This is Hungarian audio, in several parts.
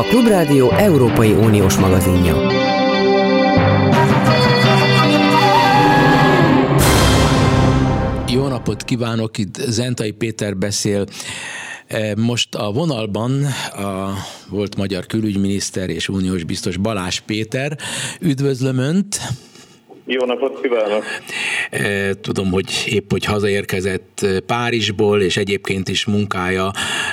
Klubrádió Európai Uniós magazinja. Jó napot kívánok, itt Zentai Péter beszél. Most a vonalban a volt magyar külügyminiszter és uniós biztos Balázs Péter. Üdvözlöm Önt! Jó napot kívánok! Tudom, hogy épp hogy hazaérkezett Párizsból, és egyébként is munkája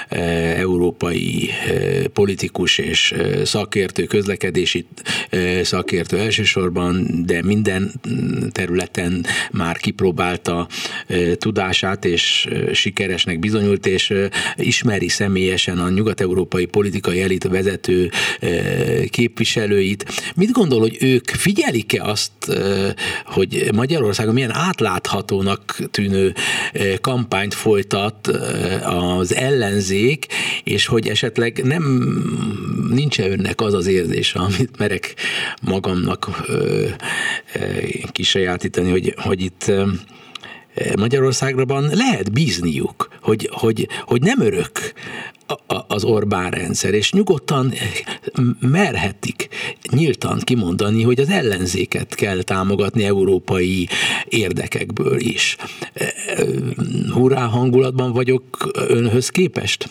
európai politikus és szakértő, közlekedési szakértő elsősorban, de minden területen már kipróbálta tudását, és sikeresnek bizonyult, és ismeri személyesen a nyugat-európai politikai elit vezető képviselőit. Mit gondol, hogy ők figyelik-e azt, hogy Magyarországon milyen átláthatónak tűnő kampányt folytat az ellenzék, és hogy esetleg nincs-e önnek az az érzése, amit merek magamnak kisajátítani, hogy itt Magyarországban lehet bízniuk, hogy nem örök az Orbán rendszer, és nyugodtan merhetik nyíltan kimondani, hogy az ellenzéket kell támogatni európai érdekekből is. Hurrá hangulatban vagyok önhöz képest?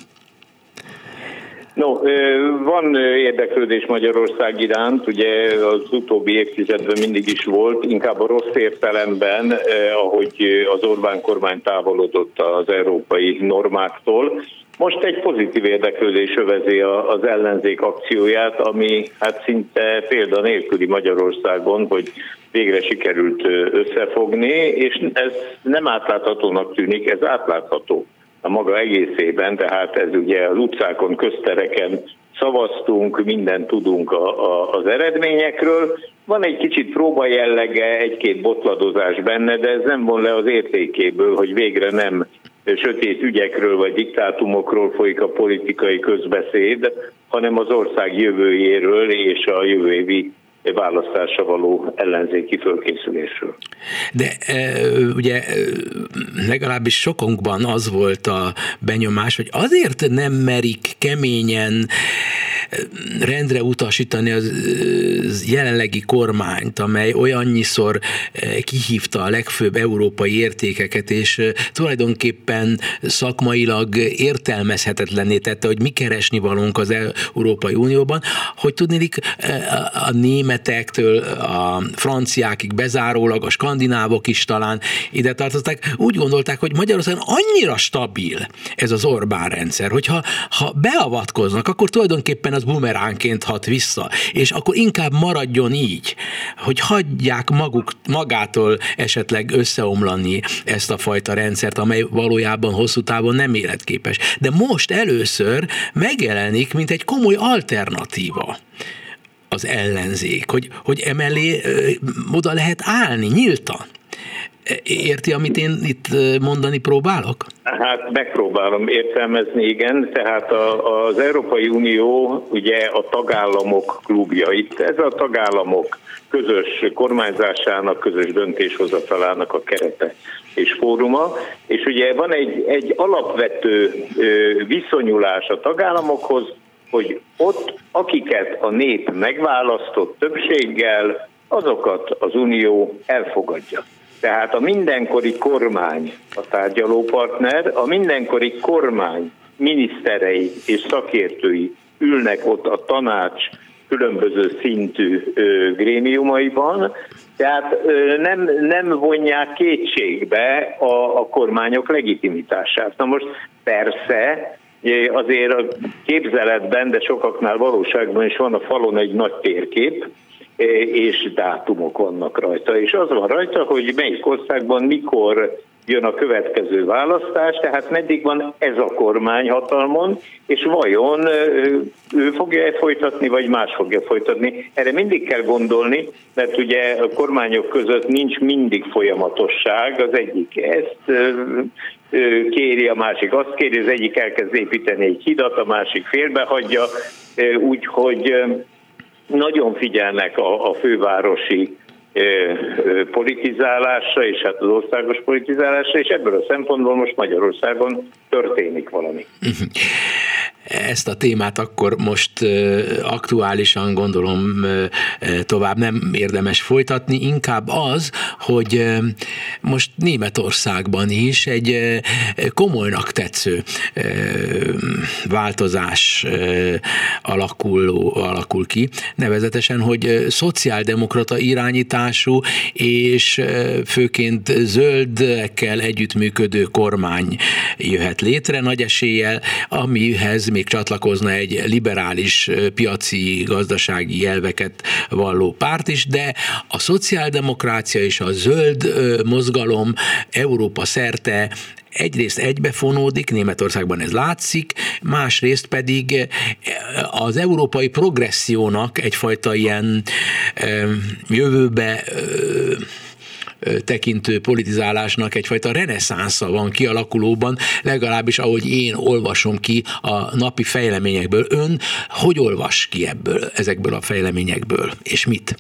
No, van érdeklődés Magyarország iránt, ugye az utóbbi évtizedben mindig is volt, inkább a rossz értelemben, ahogy az Orbán kormány távolodott az európai normáktól. Most egy pozitív érdeklődés övezi az ellenzék akcióját, ami hát szinte példa nélküli Magyarországon, hogy végre sikerült összefogni, és ez nem átláthatónak tűnik, ez átlátható a maga egészében, tehát ez ugye az utcákon, köztereken szavaztunk, mindent tudunk az eredményekről. Van egy kicsit próba jellege, egy-két botladozás benne, de ez nem von le az értékéből, hogy végre nem sötét ügyekről vagy diktátumokról folyik a politikai közbeszéd, hanem az ország jövőjéről és a jövő évi választásra való ellenzéki fölkészülésről. De ugye legalábbis sokunkban az volt a benyomás, hogy azért nem merik keményen rendre utasítani az jelenlegi kormányt, amely olyannyiszor kihívta a legfőbb európai értékeket, és tulajdonképpen szakmailag értelmezhetetlenné tette, hogy mi keresnivalónk az Európai Unióban, hogy tudnélik a németektől a franciákig bezárólag, a skandinávok is talán ide tartozták, úgy gondolták, hogy Magyarországon annyira stabil ez az Orbán rendszer, hogyha beavatkoznak, akkor tulajdonképpen az bumeránként hat vissza, és akkor inkább maradjon így, hogy hagyják magától esetleg összeomlani ezt a fajta rendszert, amely valójában hosszú távon nem életképes. De most először megjelenik, mint egy komoly alternatíva az ellenzék, hogy emellé oda lehet állni nyíltan. Érti, amit én itt mondani próbálok? Hát megpróbálom értelmezni, igen. Tehát az Európai Unió ugye a tagállamok klubja. Itt ez a tagállamok közös kormányzásának, közös döntéshozatalának a kerete és fóruma. És ugye van egy alapvető viszonyulás a tagállamokhoz, hogy ott, akiket a nép megválasztott többséggel, azokat az Unió elfogadja. Tehát a mindenkori kormány a tárgyalópartner, a mindenkori kormány miniszterei és szakértői ülnek ott a tanács különböző szintű grémiumaiban, tehát nem vonják kétségbe a kormányok legitimitását. Na most persze, azért a képzeletben, de sokaknál valóságban is van a falon egy nagy térkép, és dátumok vannak rajta. És az van rajta, hogy melyik országban mikor jön a következő választás, tehát meddig van ez a kormány hatalmon, és vajon ő fogja folytatni, vagy más fogja folytatni. Erre mindig kell gondolni, mert ugye a kormányok között nincs mindig folyamatosság, az egyik ezt kéri, a másik azt kéri, az egyik elkezd építeni egy hidat, a másik félbehagyja, úgyhogy nagyon figyelnek a fővárosi politizálásra, és hát az országos politizálásra, és ebből a szempontból most Magyarországon történik valami. ezt a témát akkor most aktuálisan gondolom tovább nem érdemes folytatni, inkább az, hogy most Németországban is egy komolynak tetsző változás alakul ki, nevezetesen, hogy szociáldemokrata irányítású és főként zöldekkel együttműködő kormány jöhet létre nagy eséllyel, amihez még csatlakozna egy liberális piaci gazdasági elveket valló párt is, de a szociáldemokrácia és a zöld mozgalom Európa szerte egyrészt egybefonódik, Németországban ez látszik, másrészt pedig az európai progressziónak egyfajta ilyen jövőbe tekintő politizálásnak egyfajta reneszánsza van kialakulóban, legalábbis ahogy én olvasom ki a napi fejleményekből. Ön hogy olvas ki ezekből a fejleményekből, és mit?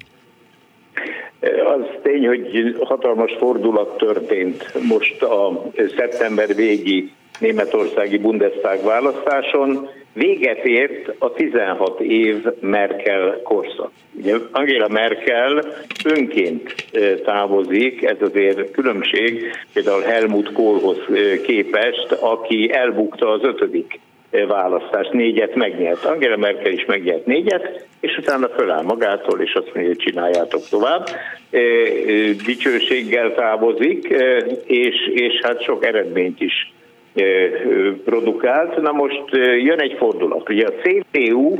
Az tény, hogy hatalmas fordulat történt most a szeptember végi németországi Bundestag választáson. Véget ért a 16 év Merkel korszak. Ugye Angela Merkel önként távozik, ez azért különbség, például Helmut Kohlhoz képest, aki elbukta az 5. választást, 4-et megnyert. Angela Merkel is megnyert 4-et, és utána föláll magától, és azt mondja, hogy csináljátok tovább. Dicsőséggel távozik, és hát sok eredményt is produkált. Na most jön egy fordulat. Ugye a CDU,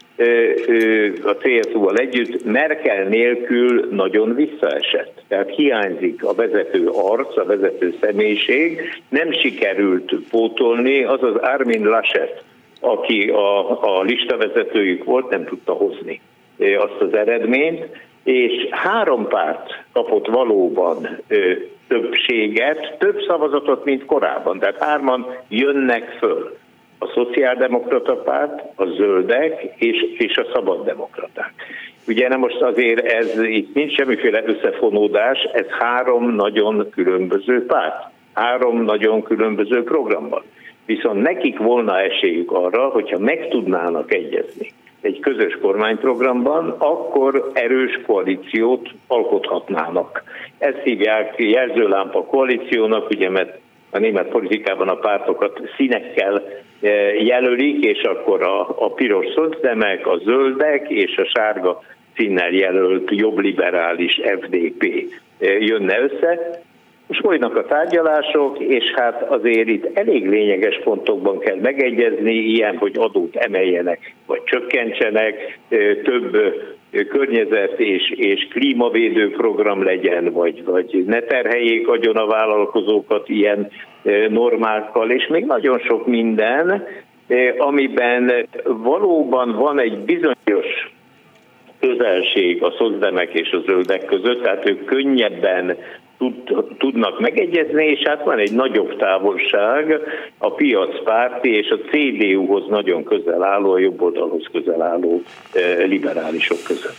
a CSU-val együtt Merkel nélkül nagyon visszaesett. Tehát hiányzik a vezető arc, a vezető személyiség. Nem sikerült pótolni, azaz Armin Laschet, aki a listavezetőjük volt, nem tudta hozni azt az eredményt, és 3 párt kapott valóban többséget, több szavazatot, mint korábban. Tehát 3 jönnek föl. A szociáldemokrata párt, a zöldek és a szabaddemokraták. Ugye nem most azért itt nincs semmiféle összefonódás, ez 3 nagyon különböző párt, 3 nagyon különböző programban. Viszont nekik volna esélyük arra, hogyha meg tudnának egyezni egy közös kormányprogramban, akkor erős koalíciót alkothatnának. Ezt hívják jelzőlámpa koalíciónak, ugye, mert a német politikában a pártokat színekkel jelölik, és akkor a piros szocdemek, a zöldek és a sárga színnel jelölt jobb liberális FDP jönne össze. Most folynak a tárgyalások, és hát azért itt elég lényeges pontokban kell megegyezni, ilyen, hogy adót emeljenek, vagy csökkentsenek, több környezet és klímavédő program legyen, vagy ne terheljék agyon a vállalkozókat ilyen normákkal, és még nagyon sok minden, amiben valóban van egy bizonyos közelség a szocdemek és a zöldek között, tehát ők könnyebben tudnak megegyezni, és hát van egy nagyobb távolság a piacpárti és a CDU-hoz nagyon közel álló, a jobboldalhoz közel álló liberálisok között.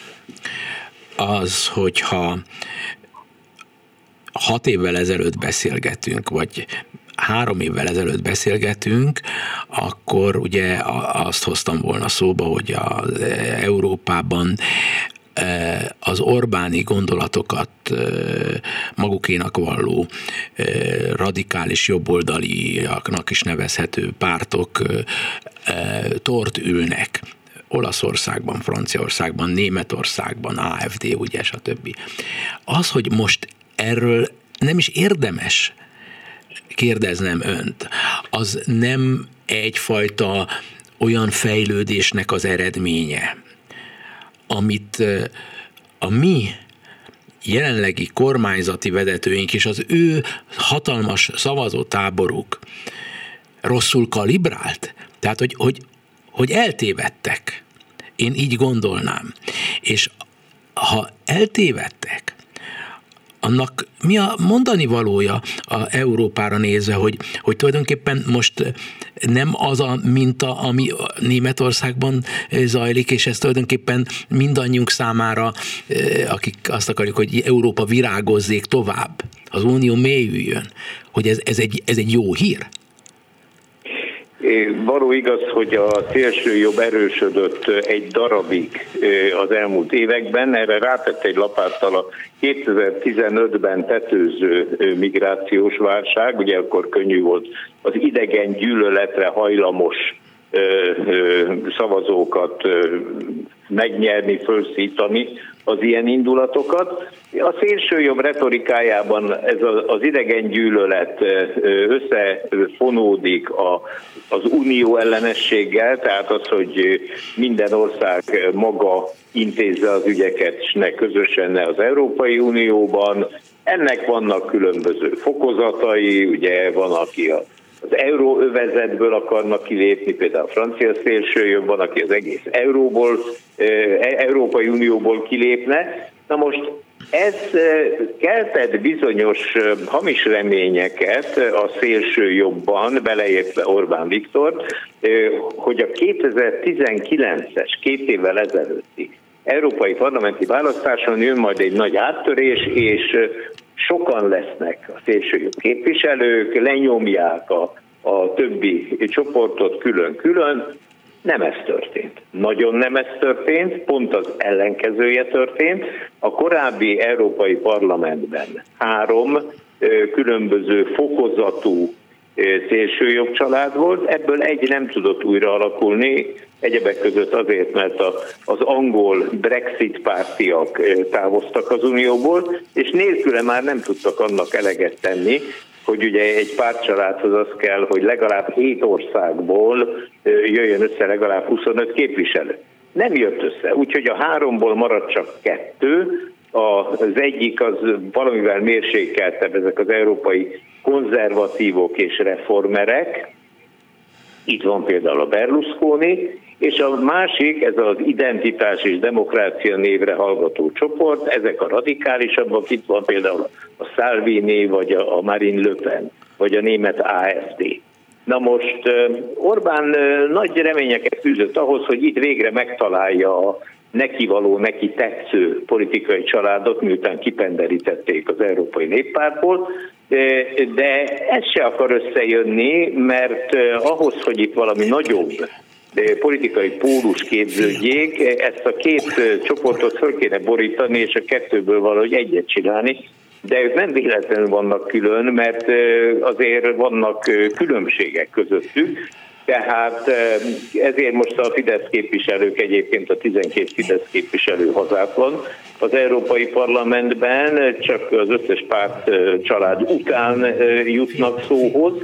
Az, hogyha 6 évvel ezelőtt beszélgetünk, vagy 3 évvel ezelőtt beszélgetünk, akkor ugye azt hoztam volna szóba, hogy Európában az Orbáni gondolatokat magukénak valló radikális jobboldaliaknak is nevezhető pártok tort ülnek. Olaszországban, Franciaországban, Németországban, AfD, ugye, stb. Az, hogy most erről nem is érdemes kérdeznem önt, az nem egyfajta olyan fejlődésnek az eredménye, amit a mi jelenlegi kormányzati vezetőink és az ő hatalmas szavazótáboruk rosszul kalibrált? Tehát, hogy eltévedtek. Én így gondolnám. És ha eltévedtek, annak mi a mondani valója a Európára nézve, hogy tulajdonképpen most nem az a minta, ami Németországban zajlik, és ez tulajdonképpen mindannyiunk számára, akik azt akarjuk, hogy Európa virágozzék tovább, az Unió mélyüljön, hogy ez egy jó hír? Való igaz, hogy a szélsőjobb erősödött egy darabig az elmúlt években, erre rátett egy lapáttal a 2015-ben tetőző migrációs válság, ugye akkor könnyű volt az idegen gyűlöletre hajlamos szavazókat megnyerni, felszítani az ilyen indulatokat. A szélsőjobb retorikájában ez az idegen gyűlölet összefonódik az unió ellenességgel, tehát az, hogy minden ország maga intézze az ügyeket, és ne közösen, ne az Európai Unióban. Ennek vannak különböző fokozatai, ugye van, aki az euróövezetből akarnak kilépni, például a francia szélsőjobb, van, aki az egész Európai Unióból kilépne. Na most ez keltett bizonyos hamis reményeket a szélsőjobbban, beleértve Orbán Viktort, hogy a 2019-es, 2 évvel ezelőtti európai parlamenti választáson jön majd egy nagy áttörés, és sokan lesznek a szélsőjobb képviselők, lenyomják a többi csoportot külön-külön. Nem ez történt. Nagyon nem ez történt, pont az ellenkezője történt. A korábbi Európai Parlamentben 3 különböző fokozatú szélsőjobb család volt, ebből egy nem tudott újra alakulni, egyebek között azért, mert az angol Brexit pártiak távoztak az Unióból, és nélküle már nem tudtak annak eleget tenni, hogy ugye egy pártcsaládhoz az kell, hogy legalább 7 országból jöjjön össze legalább 25 képviselő. Nem jött össze, úgyhogy a 3-ból maradt csak 2, az egyik az valamivel mérsékeltebb, ezek az európai konzervatívok és reformerek, itt van például a Berlusconi, és a másik, ez az identitás és demokrácia névre hallgató csoport, ezek a radikálisabbak, itt van például a Salvini, vagy a Marine Le Pen, vagy a német AfD. Na most Orbán nagy reményeket fűzött ahhoz, hogy itt végre megtalálja a neki tetsző politikai családot, miután kipenderítették az Európai Néppártból, de ez se akar összejönni, mert ahhoz, hogy itt valami nagyobb politikai pólus képződjék, ezt a 2 csoportot föl kéne borítani, és a 2-ből valahogy egyet csinálni, de ők nem véletlenül vannak külön, mert azért vannak különbségek közöttük, tehát ezért most a Fidesz képviselők, egyébként a 12 Fidesz képviselő hazátlan az Európai Parlamentben, csak az összes párt család után jutnak szóhoz,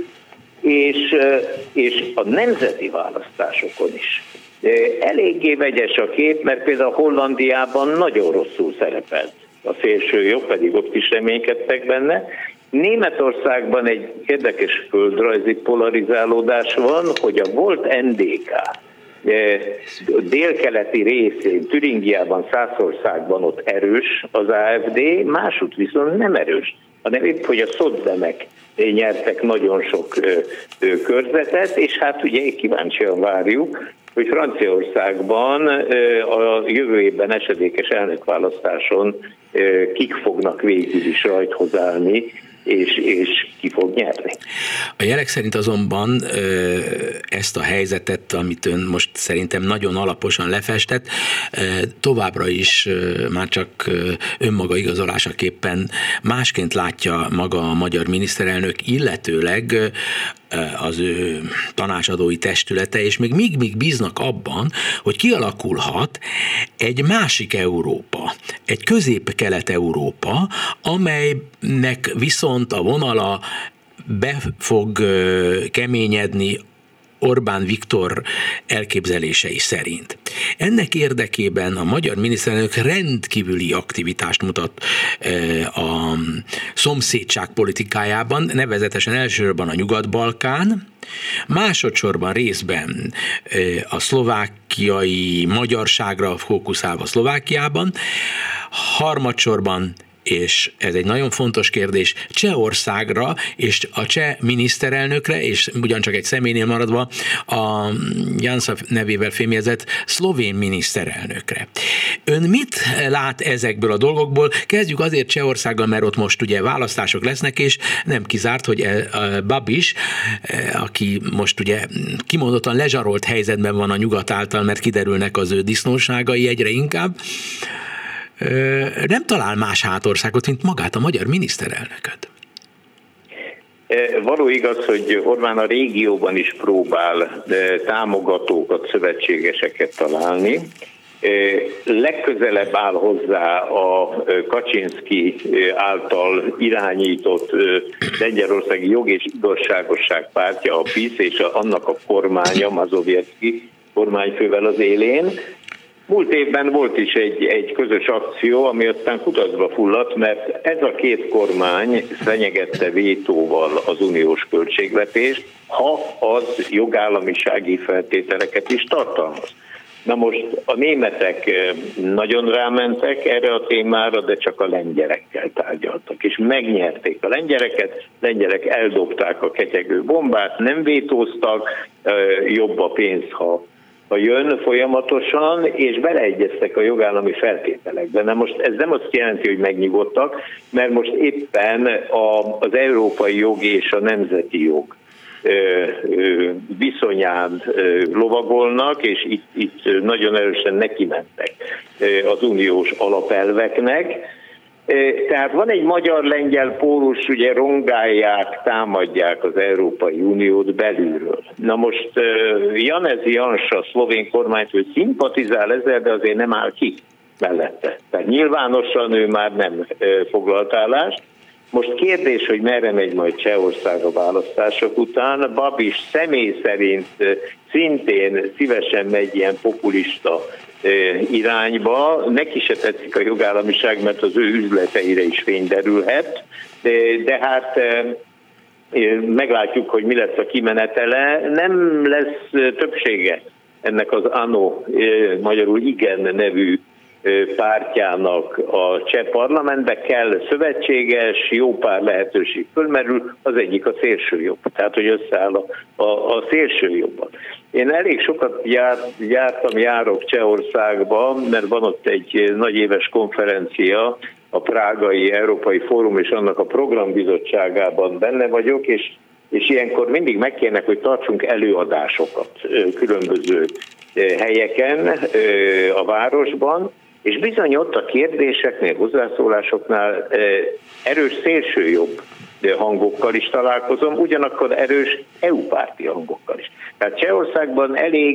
és a nemzeti választásokon is eléggé vegyes a kép, mert például Hollandiában nagyon rosszul szerepelt a szélsőjobb, pedig ott is reménykedtek benne. Németországban egy érdekes földrajzi polarizálódás van, hogy a volt NDK délkeleti részén, Türingiában, Szászországban ott erős az AfD, másút viszont nem erős, hanem épp, hogy a szocdemek nyertek nagyon sok körzetet, és hát ugye kíváncsian várjuk, hogy Franciaországban a jövő évben esedékes elnökválasztáson kik fognak végül is rajthoz állni, és ki fog nyerni. A jelek szerint azonban ezt a helyzetet, amit ön most szerintem nagyon alaposan lefestett, továbbra is már csak önmaga igazolásaképpen másként látja maga a magyar miniszterelnök, illetőleg az ő tanácsadói testülete, és még bíznak abban, hogy kialakulhat egy másik Európa, egy közép-kelet-Európa, amelynek viszont a vonala be fog keményedni Orbán Viktor elképzelései szerint. Ennek érdekében a magyar miniszterelnök rendkívüli aktivitást mutat a szomszédság politikájában, nevezetesen elsősorban a Nyugat-Balkán, másodszorban részben a szlovákiai magyarságra fókuszálva Szlovákiában, harmadsorban és ez egy nagyon fontos kérdés, Csehországra és a cseh miniszterelnökre, és ugyancsak egy személynél maradva a Janša nevével fémjezett szlovén miniszterelnökre. Ön mit lát ezekből a dolgokból? Kezdjük azért Csehországgal, mert ott most ugye választások lesznek, és nem kizárt, hogy Babiš, aki most ugye kimondottan lezsarolt helyzetben van a nyugat által, mert kiderülnek az ő disznóságai egyre inkább, nem talál más hátországot, mint magát a magyar miniszterelnököt. Való igaz, hogy Orbán a régióban is próbál támogatókat, szövetségeseket találni. Legközelebb áll hozzá a Kaczynszki által irányított Lengyelországi Jog és Igazságosság pártja, a PiS, és annak a kormánya, Mazowiecki kormányfővel az élén. Múlt évben volt is egy közös akció, ami aztán kutatba fulladt, mert ez a két kormány fenyegette vétóval az uniós költségvetést, ha az jogállamisági feltételeket is tartalmaz. Na most a németek nagyon rámentek erre a témára, de csak a lengyelekkel tárgyaltak, és megnyerték a lengyelek eldobták a ketyegő bombát, nem vétóztak, jobb a pénz, ha jön folyamatosan, és beleegyeztek a jogállami feltételekbe. Na most ez nem azt jelenti, hogy megnyugodtak, mert most éppen az európai jog és a nemzeti jog viszonyán lovagolnak, és itt nagyon erősen nekimentek az uniós alapelveknek. Tehát van egy magyar-lengyel pólus, ugye rongálják, támadják az Európai Uniót belülről. Na most Janez Janša, szlovén kormányfő szimpatizál ezzel, de azért nem áll ki mellette. Tehát nyilvánosan ő már nem foglalt állást. Most kérdés, hogy merre megy majd Csehország a választások után. Babiš személy szerint szintén szívesen megy ilyen populista irányba. Neki se tetszik a jogállamiság, mert az ő üzleteire is fény derülhet, de hát meglátjuk, hogy mi lesz a kimenetele. Nem lesz többsége ennek az ANO, magyarul igen nevű pártjának a cseh parlamentbe, kell szövetséges, jó pár lehetőség fölmerül, az egyik a szélsőjobb, tehát hogy összeáll a szélsőjobban. Én elég sokat járok Csehországba, mert van ott egy nagy éves konferencia, a Prágai Európai Fórum, és annak a programbizottságában benne vagyok, és ilyenkor mindig megkérnek, hogy tartsunk előadásokat különböző helyeken a városban, és bizony ott a kérdéseknél, hozzászólásoknál erős szélsőjobb hangokkal is találkozom, ugyanakkor erős EU-párti hangokkal is. Tehát Csehországban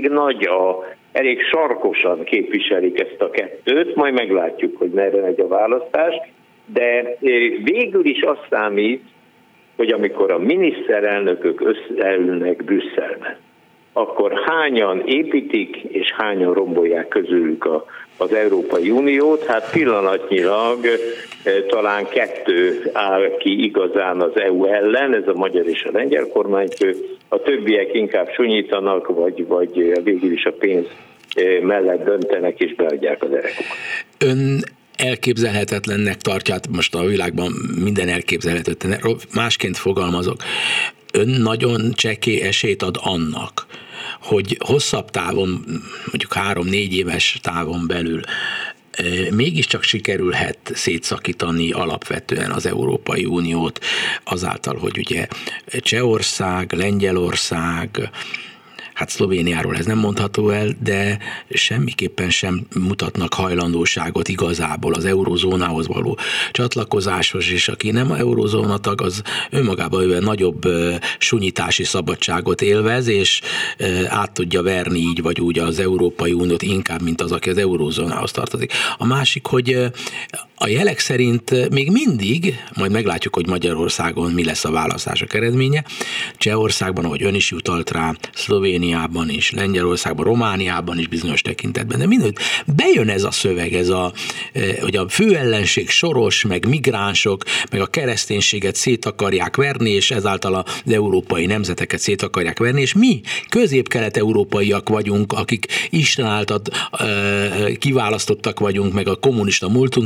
elég sarkosan képviselik ezt a kettőt, majd meglátjuk, hogy merre megy a választás, de végül is azt számít, hogy amikor a miniszterelnökök összeülnek Brüsszelben, akkor hányan építik és hányan rombolják közülük az Európai Uniót. Hát pillanatnyilag talán kettő áll ki igazán az EU ellen, ez a magyar és a lengyel kormányfő, a többiek inkább sunyítanak, vagy végül is a pénz mellett döntenek és beadják az erekukat. Ön elképzelhetetlennek tartja, most a világban minden elképzelhetetlen, másként fogalmazok, ön nagyon csekély esélyt ad annak, hogy hosszabb távon, mondjuk 3-4 éves távon belül mégiscsak sikerülhet szétszakítani alapvetően az Európai Uniót azáltal, hogy ugye Csehország, Lengyelország, hát Szlovéniáról ez nem mondható el, de semmiképpen sem mutatnak hajlandóságot igazából az eurozónához való csatlakozáshoz, és aki nem a eurozóna tag, az önmagában nagyobb sunyítási szabadságot élvez, és át tudja verni így vagy úgy az Európai Uniót inkább, mint az, aki az eurozónához tartozik. A másik, hogy a jelek szerint még mindig, majd meglátjuk, hogy Magyarországon mi lesz a választások eredménye, Csehországban, ahogy ön is utalt rá, Szlovéniában is, Lengyelországban, Romániában is bizonyos tekintetben, de mindent bejön ez a szöveg, hogy a főellenség Soros, meg migránsok, meg a kereszténységet szét akarják verni, és ezáltal az európai nemzeteket szét akarják verni, és mi közép-kelet-európaiak vagyunk, akik Isten által kiválasztottak vagyunk, meg a kommunista múltunk miatt,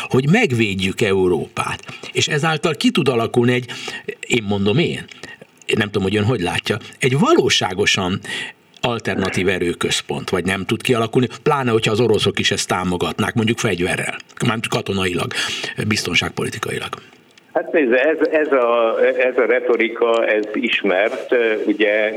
hogy megvédjük Európát. És ezáltal ki tud alakulni én nem tudom, hogy ön hogy látja, egy valóságosan alternatív erőközpont, vagy nem tud kialakulni, pláne, hogyha az oroszok is ezt támogatnák, mondjuk fegyverrel, mármint katonailag, biztonságpolitikailag. Hát ez a retorika, ez ismert, ugye,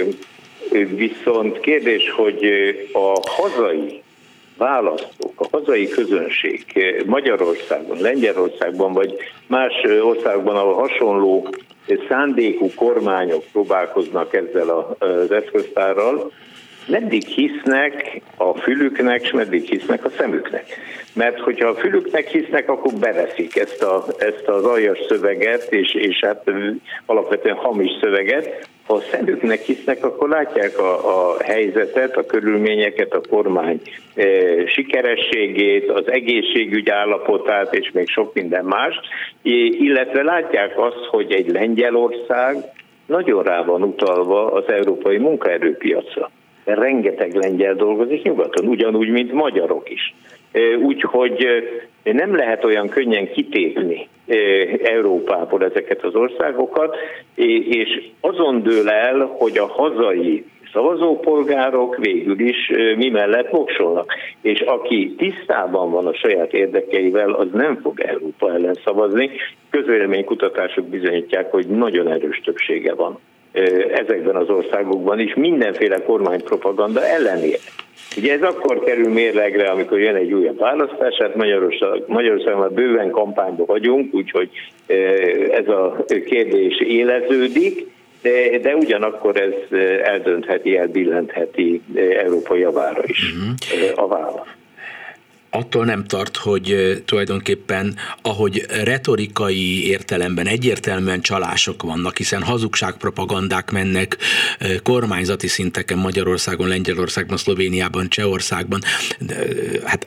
viszont kérdés, hogy a hazai választók, a hazai közönség Magyarországon, Lengyelországban, vagy más országban, ahol hasonló szándékú kormányok próbálkoznak ezzel az eszköztárral, meddig hisznek a fülüknek, és meddig hisznek a szemüknek. Mert hogyha a fülüknek hisznek, akkor beveszik ezt az aljas szöveget, és hát alapvetően hamis szöveget. Ha a szemüknek hisznek, akkor látják a helyzetet, a körülményeket, a kormány sikerességét, az egészségügy állapotát, és még sok minden más, illetve látják azt, hogy egy Lengyelország nagyon rá van utalva az európai munkaerőpiacra. Rengeteg lengyel dolgozik nyugaton, ugyanúgy, mint magyarok is. Úgyhogy nem lehet olyan könnyen kitépni Európából ezeket az országokat, és azon dől el, hogy a hazai szavazópolgárok végül is mi mellett voksolnak. És aki tisztában van a saját érdekeivel, az nem fog Európa ellen szavazni. Közvéleménykutatások bizonyítják, hogy nagyon erős többsége van ezekben az országokban is, mindenféle kormánypropaganda ellenére. Ugye ez akkor kerül mérlegre, amikor jön egy újabb választás, hát Magyarországon már bőven kampányban vagyunk, úgyhogy ez a kérdés éleződik, de ugyanakkor ez eldöntheti, elbillentheti Európa javára is a válasz. Attól nem tart, hogy tulajdonképpen, ahogy retorikai értelemben egyértelműen csalások vannak, hiszen hazugságpropagandák mennek kormányzati szinteken Magyarországon, Lengyelországban, Szlovéniában, Csehországban, hát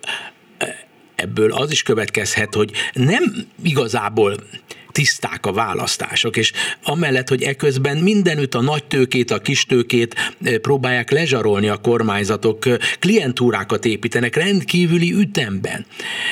ebből az is következhet, hogy nem igazából tiszták a választások, és amellett, hogy eközben mindenütt a nagy tőkét, a kis tőkét próbálják lezsarolni a kormányzatok, klientúrákat építenek rendkívüli ütemben.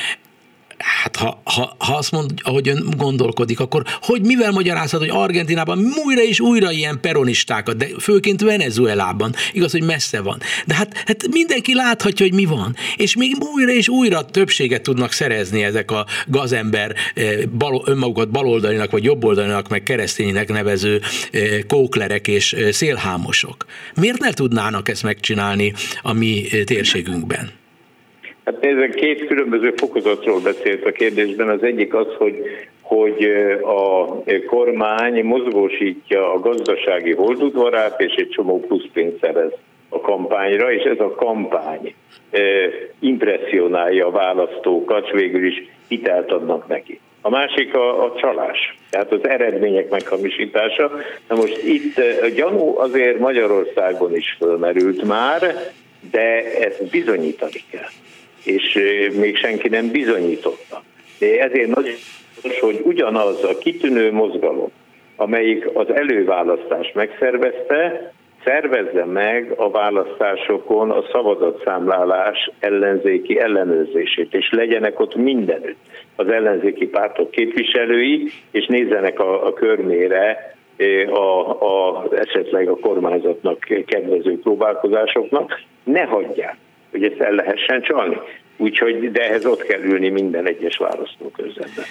Hát ha azt mond, ahogy ön gondolkodik, akkor mivel magyarázhat, hogy Argentínában újra és újra ilyen peronistákat, de főként Venezuelában, igaz, hogy messze van. De hát mindenki láthatja, hogy mi van. És még újra és újra többséget tudnak szerezni ezek a gazember önmagukat baloldalinak, vagy jobboldalinak, meg kereszténynek nevező kóklerek és szélhámosok. Miért ne tudnának ezt megcsinálni a mi térségünkben? Hát nézd, két különböző fokozatról beszélt a kérdésben. Az egyik az, hogy a kormány mozgósítja a gazdasági holdudvarát, és egy csomó plusz pénzt szerez a kampányra, és ez a kampány impresszionálja a választókat, és végül is hitelt adnak neki. A másik a csalás, tehát az eredmények meghamisítása. Na most itt a gyanú azért Magyarországon is fölmerült már, de ezt bizonyítani kell. És még senki nem bizonyította. De ezért nagyon fontos, hogy ugyanaz a kitűnő mozgalom, amelyik az előválasztást megszervezte, szervezze meg a választásokon a szavazatszámlálás ellenzéki ellenőrzését, és legyenek ott mindenütt az ellenzéki pártok képviselői, és nézzenek a körmére esetleg a kormányzatnak kedvező próbálkozásoknak, ne hagyják, hogy ezt el lehessen csalni. Úgyhogy, de ehhez ott kell ülni minden egyes választókörzetben.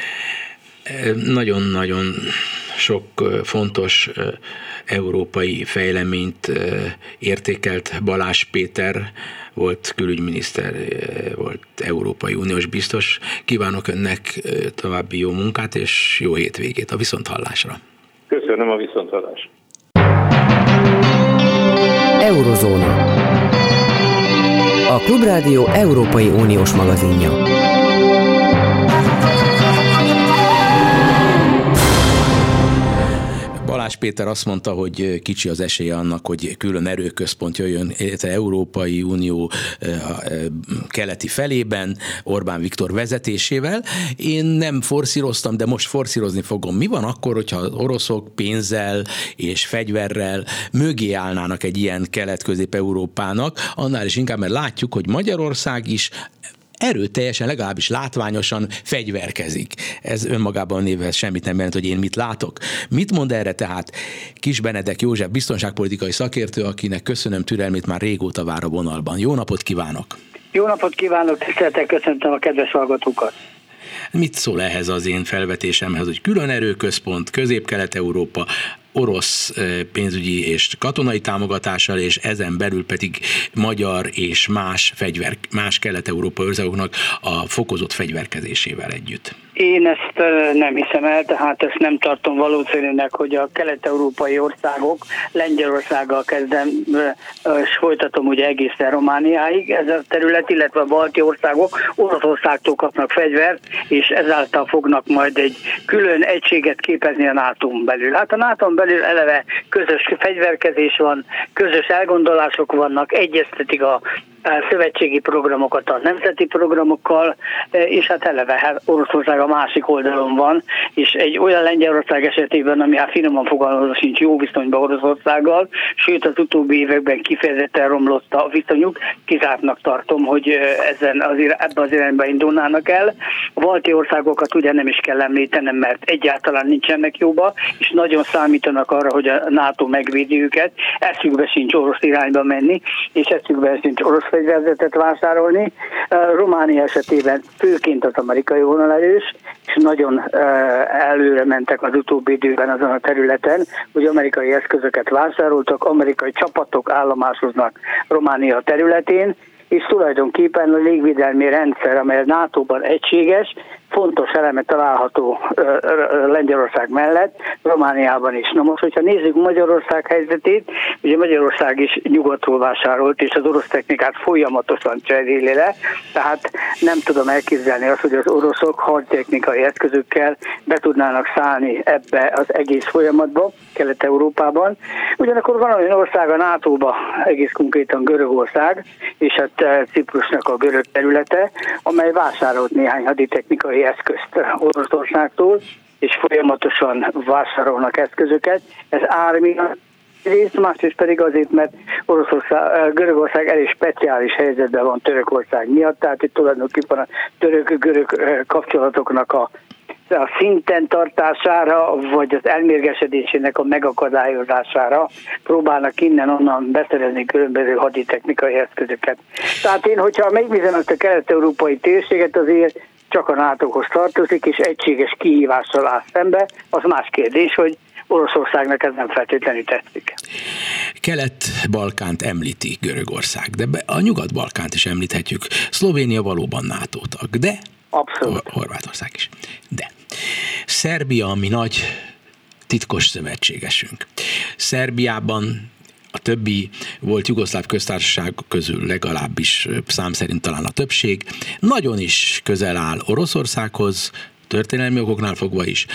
Nagyon-nagyon sok fontos európai fejleményt értékelt Balázs Péter, volt külügyminiszter, volt Európai Uniós biztos. Kívánok önnek további jó munkát és jó hétvégét, a viszonthallásra. Köszönöm, a viszonthallásra. Eurozóna. A Klubrádió Európai Uniós magazinja. Balázs Péter azt mondta, hogy kicsi az esélye annak, hogy külön erőközpont jöjjön Európai Unió keleti felében, Orbán Viktor vezetésével. Én nem forszíroztam, de most forszírozni fogom. Mi van akkor, hogyha az oroszok pénzzel és fegyverrel mögé állnának egy ilyen Kelet-Közép-Európának, annál is inkább, mert látjuk, hogy Magyarország is erőteljesen, legalábbis látványosan fegyverkezik. Ez önmagában névvel semmit nem jelent, hogy én mit látok. Mit mond erre tehát Kiss Benedek József biztonságpolitikai szakértő, akinek köszönöm türelmét, már régóta vár a vonalban. Jó napot kívánok! Jó napot kívánok, tiszteltek, köszöntöm a kedves hallgatókat! Mit szól ehhez az én felvetésemhez, hogy külön erőközpont, Közép-Kelet-Európa, orosz pénzügyi és katonai támogatással, és ezen belül pedig magyar és más kelet-európai országoknak a fokozott fegyverkezésével együtt? Én ezt nem hiszem el, tehát ezt nem tartom valószínűnek, hogy a kelet-európai országok, Lengyelországgal kezdem, és folytatom ugye egészen Romániáig, ez a terület, illetve a balti országok Oroszországtól kapnak fegyvert, és ezáltal fognak majd egy külön egységet képezni a NATO-n belül. Hát a NATO-n belül eleve közös fegyverkezés van, közös elgondolások vannak, egyeztetik a szövetségi programokat a nemzeti programokkal, és hát eleve Oroszország a másik oldalon van, és egy olyan Lengyelország esetében, ami hát finoman fogalmazva sincs jó viszonyban Oroszországgal, sőt az utóbbi években kifejezetten romlott a viszonyuk, kizártnak tartom, hogy ebbe az irányba indulnának el. A balti országokat ugye nem is kell említenem, mert egyáltalán nincsenek jóba, és nagyon számítanak arra, hogy a NATO megvédi őket, eszükbe sincs orosz irányba menni, és eszükbe sincs orosz fegyverzetet vásárolni. Románia esetében főként az amerikai vonal erős, és nagyon előre mentek az utóbbi időben azon a területen, hogy amerikai eszközöket vásároltak, amerikai csapatok állomásoznak Románia területén, és tulajdonképpen a légvédelmi rendszer, amely a NATO-ban egységes, fontos eleme található Lengyelország mellett, Romániában is. Na most, hogyha nézzük Magyarország helyzetét, ugye Magyarország is nyugatról vásárolt, és az orosz technikát folyamatosan cseréli le, tehát nem tudom elképzelni azt, hogy az oroszok hadtechnikai eszközökkel be tudnának szállni ebbe az egész folyamatba, Kelet-Európában. Ugyanakkor van olyan ország a NATO-ba, egész konkrétan Görögország, és hát Ciprusnak a görög területe, amely vásárolt néhány haditechnikai eszközt Oroszországtól, és folyamatosan vásárolnak eszközöket. Ez ármiatt részt, másrészt pedig azért, mert Görögország elég speciális helyzetben van Törökország miatt, tehát itt tulajdonképpen a török-görög kapcsolatoknak a szinten tartására, vagy az elmérgesedésének a megakadályozására próbálnak innen-onnan beszerezni különböző haditechnikai eszközöket. Tehát én, hogyha megnézem ezt a kelet-európai térséget, azért csak a NATO-hoz tartozik, és egységes kihívással áll szembe. Az más kérdés, hogy Oroszországnak ez nem feltétlenül tetszik. Kelet-Balkánt említi Görögország, de a Nyugat-Balkánt is említhetjük. Szlovénia valóban NATO tag, de abszolút. Horvátország is. De Szerbia, ami nagy titkos szövetségesünk. Szerbiában a többi volt jugoszláv köztársaság közül legalábbis szám szerint talán a többség nagyon is közel áll Oroszországhoz, történelmi okoknál fogva is,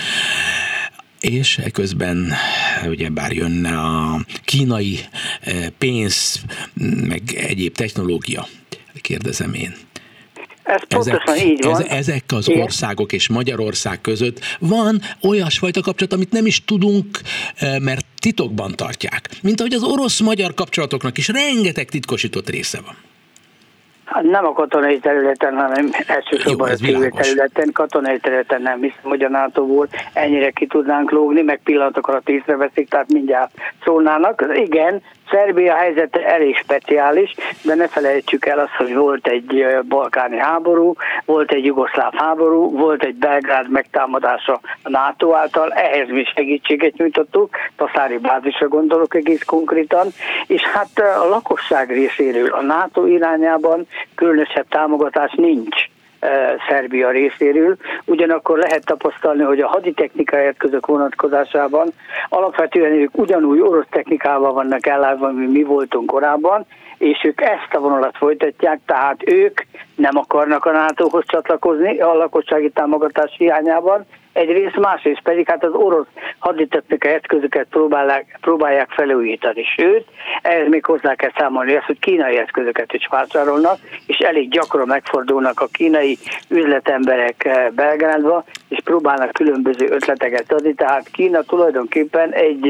és közben ugyebár jönne a kínai pénz, meg egyéb technológia, kérdezem én. Ez pontosan így van. Ezek az országok és Magyarország között van olyasfajta kapcsolat, amit nem is tudunk, mert titokban tartják. Mint ahogy az orosz-magyar kapcsolatoknak is rengeteg titkosított része van. Hát nem a katonai területen, hanem elsősorban a civil területen. Katonai területen nem hiszem, hogy a NATO-ból ennyire ki tudnánk lógni, meg pillanatok alatt észreveszik, tehát mindjárt szólnának. Igen, Szerbia helyzete elég speciális, de ne felejtsük el azt, hogy volt egy balkáni háború, volt egy jugoszláv háború, volt egy Belgrád megtámadása a NATO által, ehhez mi segítséget nyújtottuk, Taszári bázisra gondolok egész konkrétan, és hát a lakosság részéről a NATO irányában különösebb támogatás nincs Szerbia részéről. Ugyanakkor lehet tapasztalni, hogy a haditechnikai eszközök vonatkozásában alapvetően ők ugyanúgy orosz technikával vannak ellátva, mint mi voltunk korábban, és ők ezt a vonalat folytatják, tehát ők nem akarnak a NATO-hoz csatlakozni a lakossági támogatás hiányában, egyrészt, másrészt pedig hát az orosz haditechnikai eszközöket próbálják felújítani. Sőt, ehhez még hozzá kell számolni azt, hogy kínai eszközöket is vásárolnak, és elég gyakran megfordulnak a kínai üzletemberek Belgrádba, és próbálnak különböző ötleteket adni, tehát Kína tulajdonképpen egy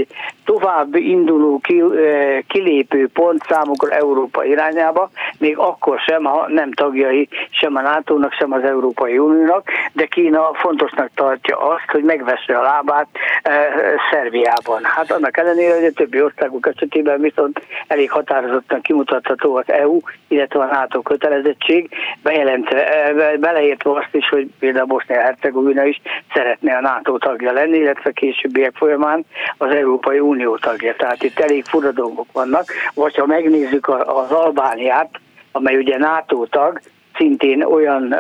tovább induló kilépő pont számukra Európa irányába, még akkor sem, ha nem tagjai sem a NATO-nak, sem az Európai Uniónak, de Kína fontosnak tartja azt, hogy megvesse a lábát Szerbiában. Hát annak ellenére, hogy a többi országok esetében viszont elég határozottan kimutatható az EU, illetve a NATO kötelezettség, beleértve azt is, hogy például Bosznia-Hercegovina is szeretne a NATO tagja lenni, illetve későbbiek folyamán az Európai Unió tagja. Tehát itt elég fura dolgok vannak. Vagy ha megnézzük az Albániát, amely ugye NATO tag, szintén olyan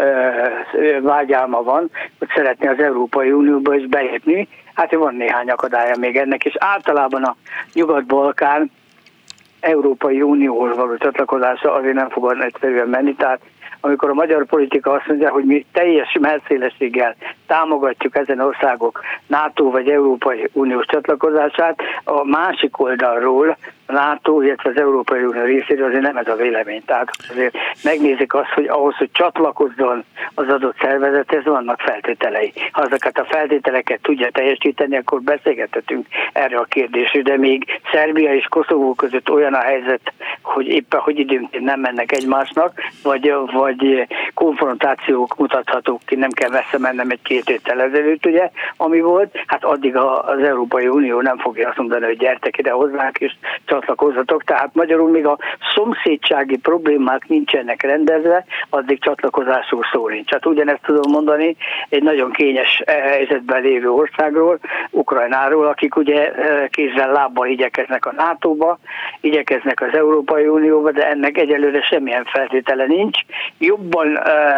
vágyálma van, hogy szeretné az Európai Unióba is belépni. Hát van néhány akadálya még ennek, és általában a Nyugat-Balkán Európai Unióhoz való csatlakozása azért nem fog egyszerűen menni, tehát amikor a magyar politika azt mondja, hogy mi teljes mellszélességgel támogatjuk ezen országok NATO vagy Európai Uniós csatlakozását, a másik oldalról a NATO, illetve az Európai Unió részéről azért nem ez a vélemény. Tehát azért megnézik azt, hogy ahhoz, hogy csatlakozzon az adott szervezethez, vannak feltételei. Ha ezeket a feltételeket tudja teljesíteni, akkor beszélgethetünk erre a kérdésre, de még Szerbia és Koszovó között olyan a helyzet, hogy éppen hogy időnként nem mennek egymásnak, vagy konfrontációk mutathatók ki, nem kell messze mennem egy-két héttel ezelőtt, ugye, ami volt, hát addig az Európai Unió nem fogja azt mondani, hogy gyertek ide hozzánk, és csatlakozzatok, tehát magyarul még a szomszédsági problémák nincsenek rendezve, addig csatlakozásról szó nincs. Hát ugyanezt tudom mondani egy nagyon kényes helyzetben lévő országról, Ukrajnáról, akik ugye kézzel lábbal igyekeznek a NATO-ba, igyekeznek az Európai Unióba, de ennek egyelőre semmilyen feltétele nincs. Jobban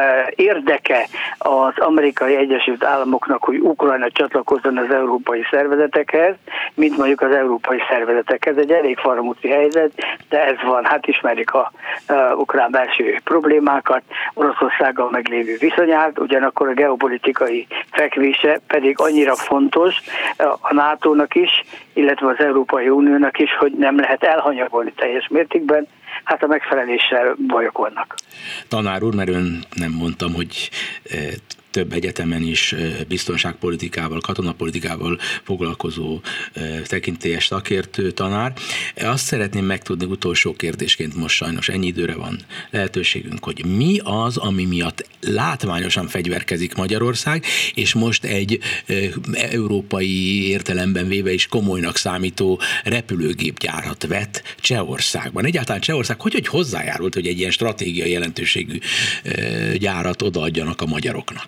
érdeke az Amerikai Egyesült Államoknak, hogy Ukrajna csatlakozzon az európai szervezetekhez, mint mondjuk az európai szervezetekhez. Egy elég faramúci helyzet, de ez van. Hát ismerik a ukrán belső problémákat, Oroszországgal meglévő viszonyát, ugyanakkor a geopolitikai fekvése pedig annyira fontos a NATO-nak is, illetve az Európai Uniónak is, hogy nem lehet elhanyagolni teljes mértékben, hát a megfeleléssel bajok vannak. Tanár úr, mert ön nem mondtam, hogy több egyetemen is biztonságpolitikával, katonapolitikával foglalkozó tekintélyes szakértő tanár. Azt szeretném megtudni utolsó kérdésként, most sajnos ennyi időre van lehetőségünk, hogy mi az, ami miatt látványosan fegyverkezik Magyarország, és most egy európai értelemben véve is komolynak számító repülőgépgyárat vett Csehországban. Egyáltalán Csehország hogy hozzájárult, hogy egy ilyen stratégiai jelentőségű gyárat odaadjanak a magyaroknak?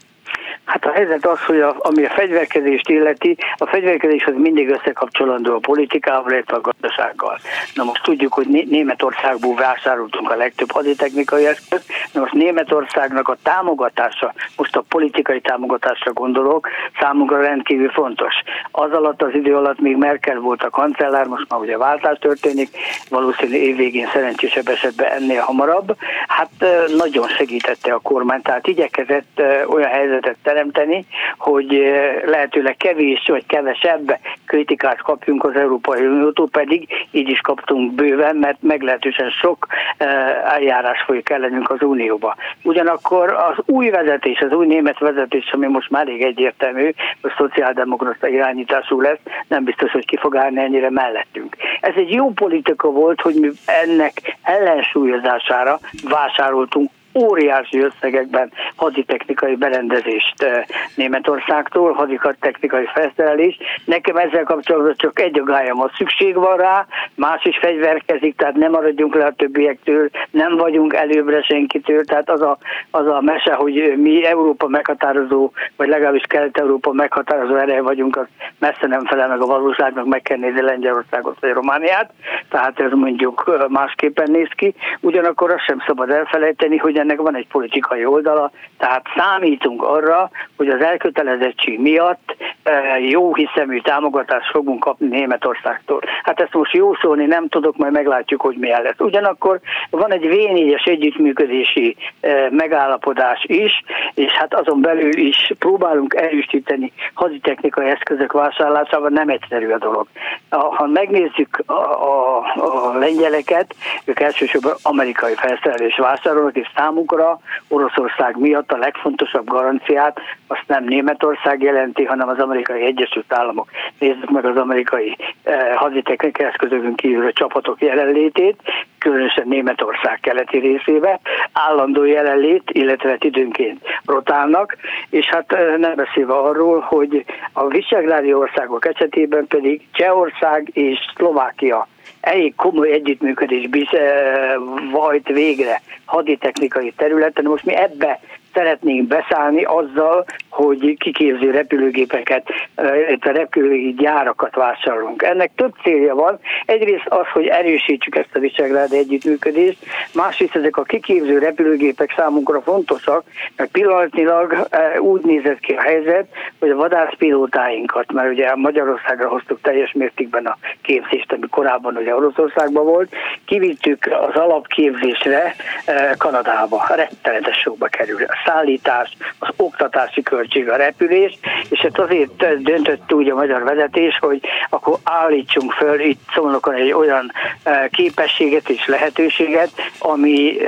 Hát a helyzet az, hogy ami a fegyverkezést illeti, a fegyverkezés az mindig összekapcsolandó a politikával, illetve a gazdasággal. Na most tudjuk, hogy Németországból vásároltunk a legtöbb haditechnikai eszközt, na most Németországnak a támogatása, most a politikai támogatásra gondolok, számunkra rendkívül fontos. Az alatt az idő alatt még Merkel volt a kancellár, most már ugye váltás történik, valószínűleg évvégén szerencsésebb esetben ennél hamarabb. Hát nagyon segítette a kormány, tehát igyekezett olyan helyzetet teremteni, hogy lehetőleg kevés vagy kevesebb kritikát kapjunk az Európai Uniótól, pedig így is kaptunk bőven, mert meglehetősen sok eljárás folyik ellenünk az Unióba. Ugyanakkor az új vezetés, az új német vezetés, ami most már elég egyértelmű, hogy szociáldemokrata irányítású lesz, nem biztos, hogy ki fog állni ennyire mellettünk. Ez egy jó politika volt, hogy mi ennek ellensúlyozására vásároltunk óriási összegekben haditechnikai berendezést Németországtól, haditechnikai felszerelést. Nekem ezzel kapcsolatban csak egy aggályom, a szükség van rá, más is fegyverkezik, tehát nem maradjunk le a többiektől, nem vagyunk előbbre senkitől, tehát az a mese, hogy mi Európa meghatározó, vagy legalábbis Kelet-Európa meghatározó ereje vagyunk, az messze nem felel meg a valóságnak, meg kell nézni Lengyelországot vagy Romániát, tehát ez mondjuk másképpen néz ki. Ugyanakkor azt sem szabad elfelejteni, hogy ennek van egy politikai oldala, tehát számítunk arra, hogy az elkötelezettség miatt jó hiszemű támogatást fogunk kapni Németországtól. Hát ezt most jósolni nem tudok, majd meglátjuk, hogy milyen lesz. Ugyanakkor van egy V4-es együttműködési megállapodás is, és hát azon belül is próbálunk erősíteni haditechnikai eszközök vásárlásával, nem egyszerű a dolog. Ha megnézzük a lengyeleket, ők elsősorban amerikai felszerelés vásárolnak, és Oroszország miatt a legfontosabb garanciát azt nem Németország jelenti, hanem az Amerikai Egyesült Államok, nézzük meg az amerikai haditechnikai eszközökön kívül a csapatok jelenlétét, különösen Németország keleti részébe, állandó jelenlét, illetve időnként rotálnak, és hát nem beszélve arról, hogy a visegrádi országok esetében pedig Csehország és Szlovákia elég komoly együttműködés hajt végre haditechnikai területen. Most mi ebbe szeretnénk beszállni azzal, hogy kiképző repülőgépeket, repülőgép gyárakat vásárolunk. Ennek több célja van. Egyrészt az, hogy erősítsük ezt a visegrádi együttműködést, másrészt ezek a kiképző repülőgépek számunkra fontosak, mert pillanatnyilag úgy nézett ki a helyzet, hogy a vadászpilótáinkat, mert ugye Magyarországra hoztuk teljes mértékben a képzést, ami korábban ugye Oroszországban volt, kivittük az alapképzésre Kanadába, rettenetes sokba kerül. A szállítás, az oktatási költség, a repülés, és hát azért döntött úgy a magyar vezetés, hogy akkor állítsunk föl itt Szolnokon egy olyan képességet és lehetőséget, ami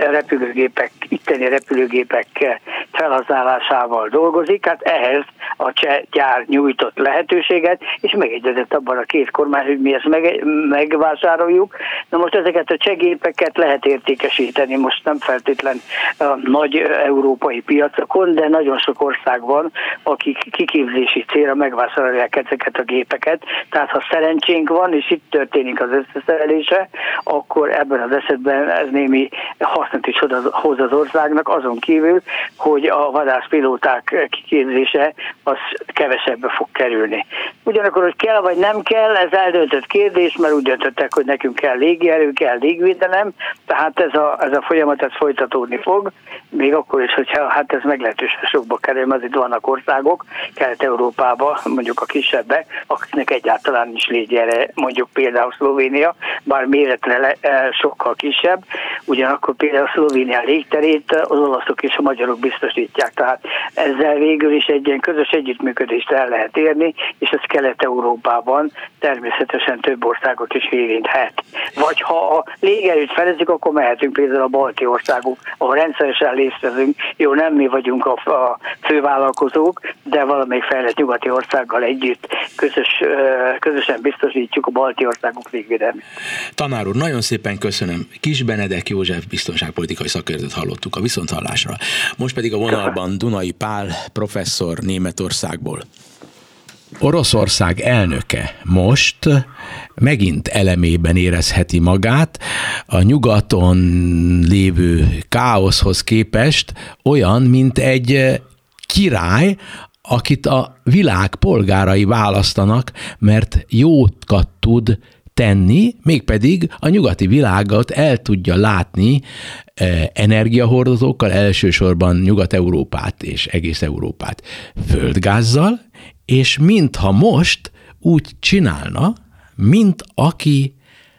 itteni repülőgépek felhasználásával dolgozik. Hát ehhez a cseh gyár nyújtott lehetőséget, és megegyezett abban a két kormány, hogy mi ezt megvásároljuk. Na most ezeket a cseh gépeket lehet értékesíteni, most nem feltétlen a nagy európai piacokon, de nagyon sok ország van, akik kiképzési célra megvásárolják ezeket a gépeket. Tehát ha szerencsénk van, és itt történik az összeszerelése, akkor ebben az esetben ez némi hasznot is hoz az országnak, azon kívül, hogy a vadászpilóták kiképzése az kevesebbe fog kerülni. Ugyanakkor, hogy kell vagy nem kell, ez eldöntött kérdés, mert úgy döntöttek, hogy nekünk kell légierő, kell légvédelem, tehát ez a folyamat ez folytatódni fog, még akkor is, hogyha hát ez meglehetősen sokba kerül, mert itt vannak országok, Kelet-Európában, mondjuk a kisebbek, akiknek egyáltalán nincs légiere, mondjuk például Szlovénia, bár méretre sokkal kisebb, ugyanakkor például Szlovénia légterét az olaszok és a magyarok biztosítják, tehát ezzel végül is egy ilyen közös együttműködést el lehet érni, és ez Kelet-Európában természetesen több országot is érinthet. Vagy ha a légerőt felezzük, akkor mehetünk például a balti országok, ahol rendszeresen résztvevünk. Jó, nem mi vagyunk a fővállalkozók, de valamelyik fejlett nyugati országgal együtt közösen biztosítjuk a balti országok légvédelmét. Tanár úr, nagyon szépen köszönöm. Kis Benedek József biztonságpolitikai szakértőt hallottuk a viszonthallásra. Most pedig a vonalban Dunai Pál professzor Németországból. Oroszország elnöke most megint elemében érezheti magát, a nyugaton lévő káoszhoz képest olyan, mint egy király, akit a világ polgárai választanak, mert jókat tud tenni, mégpedig a nyugati világot el tudja látni energiahordozókkal, elsősorban Nyugat-Európát és egész Európát földgázzal, és mintha most úgy csinálna, mint aki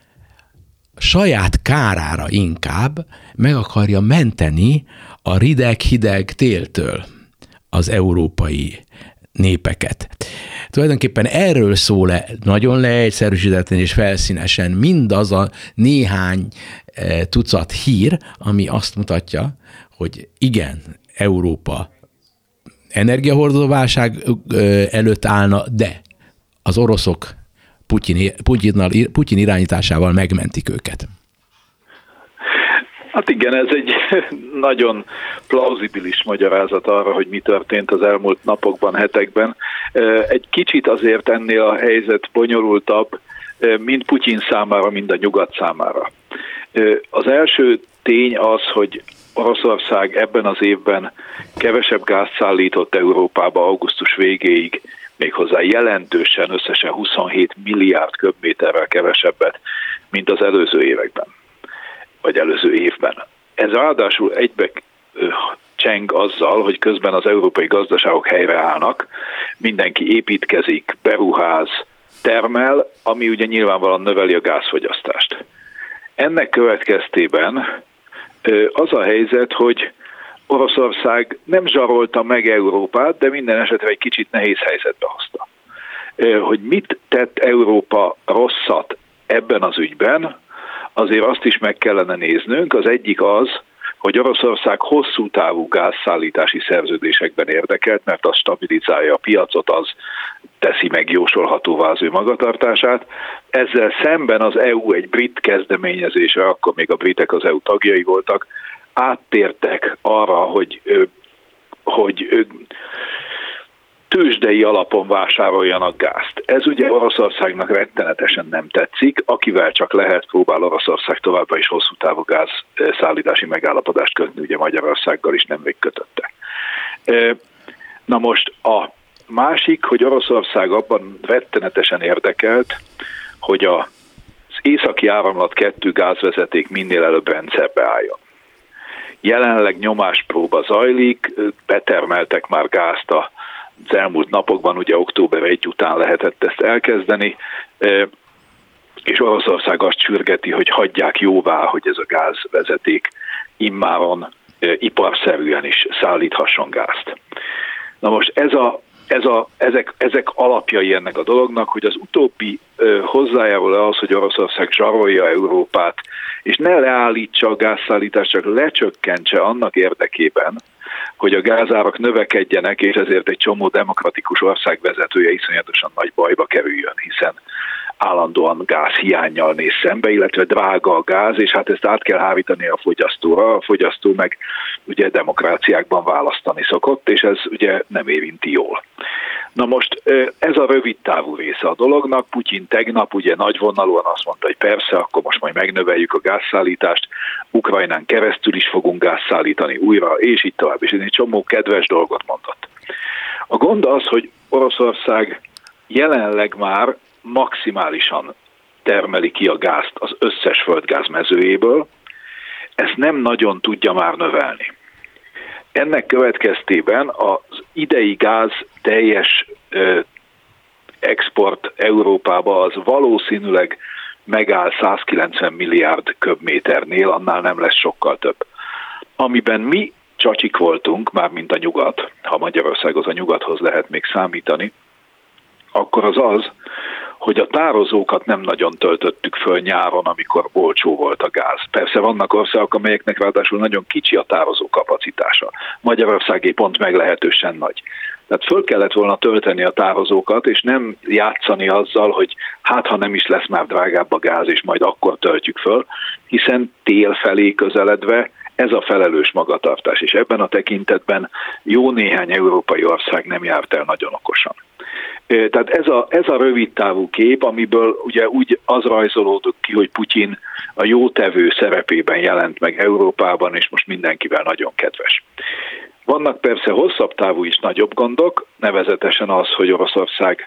saját kárára inkább meg akarja menteni a rideg-hideg téltől az európai népeket. Tulajdonképpen erről szól nagyon leegyszerűsítetten és felszínesen mindaz a néhány tucat hír, ami azt mutatja, hogy igen, Európa energiahordozó válság előtt állna, de az oroszok Putyin irányításával megmentik őket. Hát igen, ez egy nagyon plauzibilis magyarázat arra, hogy mi történt az elmúlt napokban, hetekben. Egy kicsit azért ennél a helyzet bonyolultabb, mind Putyin számára, mind a nyugat számára. Az első tény az, hogy Oroszország ebben az évben kevesebb gázt szállított Európába augusztus végéig, méghozzá jelentősen, összesen 27 milliárd köbméterrel kevesebbet, mint az előző években, vagy előző évben. Ez ráadásul egybe cseng azzal, hogy közben az európai gazdaságok helyreállnak, mindenki építkezik, beruház, termel, ami ugye nyilvánvalóan növeli a gázfogyasztást. Ennek következtében az a helyzet, hogy Oroszország nem zsarolta meg Európát, de minden esetre egy kicsit nehéz helyzetbe hozta. Hogy mit tett Európa rosszat ebben az ügyben, azért azt is meg kellene néznünk. Az egyik az, hogy Oroszország hosszú távú gázszállítási szerződésekben érdekelt, mert az stabilizálja a piacot, az teszi megjósolhatóvá az ő magatartását. Ezzel szemben az EU egy brit kezdeményezésre, akkor még a britek az EU tagjai voltak, áttértek arra, hogy tőzsdei alapon vásároljanak gázt. Ez ugye Oroszországnak rettenetesen nem tetszik, akivel csak lehet, próbál Oroszország továbbra is hosszú távú gázszállítási megállapodást kötni, ugye Magyarországgal is nemrég kötötte. Na most a másik, hogy Oroszország abban rettenetesen érdekelt, hogy az északi áramlat 2 gázvezeték minél előbb rendszerbe álljon. Jelenleg nyomáspróba zajlik, betermeltek már gázt az elmúlt napokban, ugye október 1 után lehetett ezt elkezdeni, és Oroszország azt sürgeti, hogy hagyják jóvá, hogy ez a gázvezeték immáron iparszerűen is szállíthasson gázt. Na most ezek alapjai ennek a dolognak, hogy az utóbbi hozzájárul ahhoz, hogy Oroszország zsarolja Európát, és ne leállítsa a gázszállítást, csak lecsökkentse annak érdekében, hogy a gázárak növekedjenek, és ezért egy csomó demokratikus ország vezetője iszonyatosan nagy bajba kerüljön, hiszen állandóan gázhiánnyal néz szembe, illetve drága a gáz, és hát ezt át kell hárítani a fogyasztóra. A fogyasztó meg ugye demokráciákban választani szokott, és ez ugye nem érinti jól. Na most ez a rövid távú része a dolognak. Putyin tegnap ugye nagyvonalúan azt mondta, hogy persze, akkor most majd megnöveljük a gázszállítást, Ukrajnán keresztül is fogunk gázszállítani újra, és így tovább. És egy csomó kedves dolgot mondott. A gond az, hogy Oroszország jelenleg már maximálisan termeli ki a gázt az összes földgáz mezőjéből, ezt nem nagyon tudja már növelni. Ennek következtében az idei gáz teljes export Európába az valószínűleg megáll 190 milliárd köbméternél, annál nem lesz sokkal több. Amiben mi csacsik voltunk, mármint a nyugat, ha Magyarországhoz a nyugathoz lehet még számítani, akkor az, hogy a tározókat nem nagyon töltöttük föl nyáron, amikor olcsó volt a gáz. Persze vannak országok, amelyeknek ráadásul nagyon kicsi a tározó kapacitása. Magyarországé pont meglehetősen nagy. Tehát föl kellett volna tölteni a tározókat, és nem játszani azzal, hogy hát ha nem is lesz már drágább a gáz, és majd akkor töltjük föl, hiszen tél felé közeledve ez a felelős magatartás, és ebben a tekintetben jó néhány európai ország nem járt el nagyon okosan. Tehát ez a rövid távú kép, amiből ugye úgy az rajzolódott ki, hogy Putyin a jótevő szerepében jelent meg Európában, és most mindenkivel nagyon kedves. Vannak persze hosszabb távú is nagyobb gondok, nevezetesen az, hogy Oroszország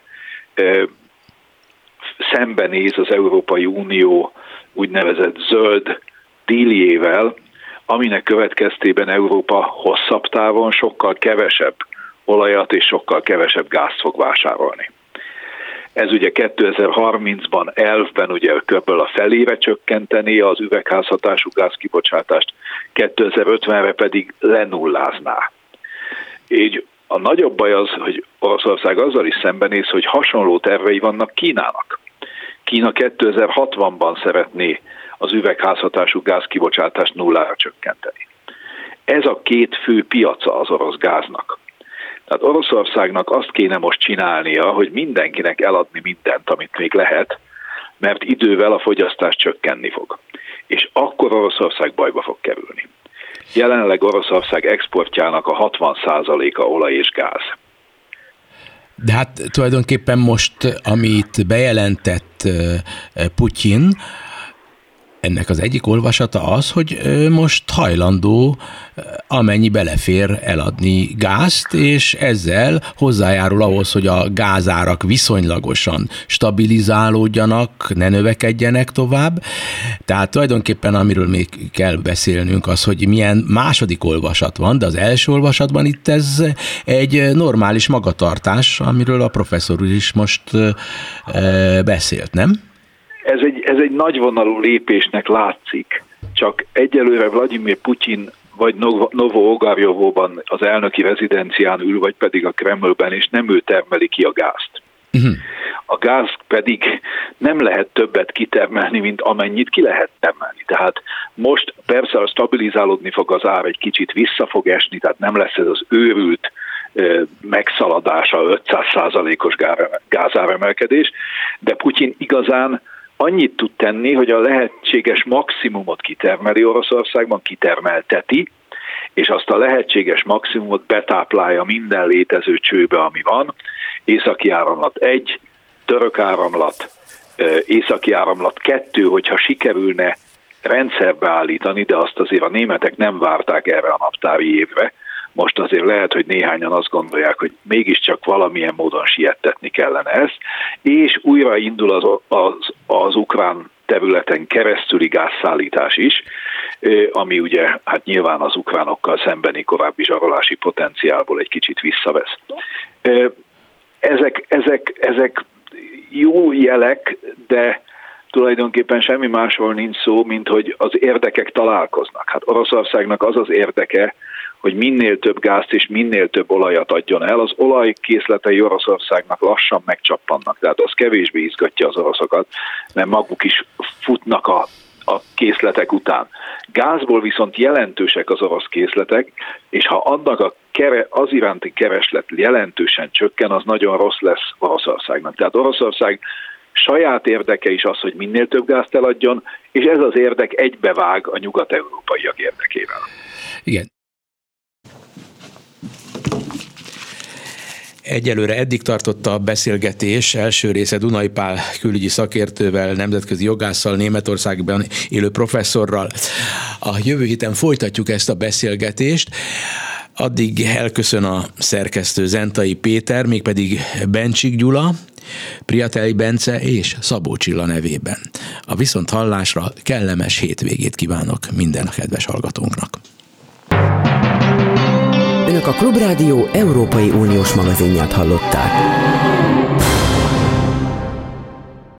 szembenéz az Európai Unió úgynevezett zöld díljével, aminek következtében Európa hosszabb távon sokkal kevesebb olajat és sokkal kevesebb gázt fog vásárolni. Ez ugye 2030-ban elvben ugye kb. A felére csökkenteni az üvegházhatású gázkibocsátást, 2050-re pedig lenullázná. Így a nagyobb baj az, hogy Oroszország azzal is szembenéz, hogy hasonló tervei vannak Kínának. Kína 2060-ban szeretné az üvegházhatású gázkibocsátást nullára csökkenteni. Ez a két fő piaca az orosz gáznak. Tehát Oroszországnak azt kéne most csinálnia, hogy mindenkinek eladni mindent, amit még lehet, mert idővel a fogyasztás csökkenni fog. És akkor Oroszország bajba fog kerülni. Jelenleg Oroszország exportjának a 60%-a olaj és gáz. De hát tulajdonképpen most, amit bejelentett Putyin, ennek az egyik olvasata az, hogy most hajlandó amennyi belefér eladni gázt, és ezzel hozzájárul ahhoz, hogy a gázárak viszonylagosan stabilizálódjanak, ne növekedjenek tovább. Tehát tulajdonképpen amiről még kell beszélnünk az, hogy milyen második olvasat van, de az első olvasatban itt ez egy normális magatartás, amiről a professzor úr is most beszélt, nem? Ez egy nagyvonalú lépésnek látszik, csak egyelőre Vladimir Putyin vagy Novo-Ogarjovóban az elnöki rezidencián ül, vagy pedig a Kremlben, és nem ő termeli ki a gázt. A gáz pedig nem lehet többet kitermelni, mint amennyit ki lehet termelni. Tehát most persze stabilizálódni fog az ár, egy kicsit vissza fog esni, tehát nem lesz ez az őrült megszaladása, 500%-os gázáremelkedés, de Putyin igazán annyit tud tenni, hogy a lehetséges maximumot kitermeli Oroszországban, kitermelteti, és azt a lehetséges maximumot betáplálja minden létező csőbe, ami van. Északi áramlat 1, török áramlat, északi áramlat 2, hogyha sikerülne rendszerbe állítani, de azt azért a németek nem várták erre a naptári évre. Most azért lehet, hogy néhányan azt gondolják, hogy mégiscsak valamilyen módon siettetni kellene ezt, és újra indul az ukrán területen keresztüli gázszállítás is, ami ugye hát nyilván az ukránokkal szembeni korábbi zsarolási potenciálból egy kicsit visszavesz. Ezek jó jelek, de tulajdonképpen semmi másról nincs szó, mint hogy az érdekek találkoznak. Hát Oroszországnak az az érdeke, hogy minél több gázt és minél több olajat adjon el. Az olajkészletei Oroszországnak lassan megcsappannak, tehát az kevésbé izgatja az oroszokat, mert maguk is futnak a készletek után. Gázból viszont jelentősek az orosz készletek, és ha annak az iránti kereslet jelentősen csökken, az nagyon rossz lesz Oroszországnak. Tehát Oroszország saját érdeke is az, hogy minél több gázt eladjon, és ez az érdek egybevág a nyugat-európaiak érdekével. Igen. Egyelőre eddig tartott a beszélgetés első része Dunai Pál külügyi szakértővel, nemzetközi jogásszal, Németországban élő professzorral. A jövő héten folytatjuk ezt a beszélgetést. Addig elköszön a szerkesztő Zentai Péter, mégpedig Bencsik Gyula, Priateli Bence és Szabó Csilla nevében. A viszonthallásra kellemes hétvégét kívánok minden kedves hallgatónknak. Önök a Klubrádió Európai Uniós magazinját hallották.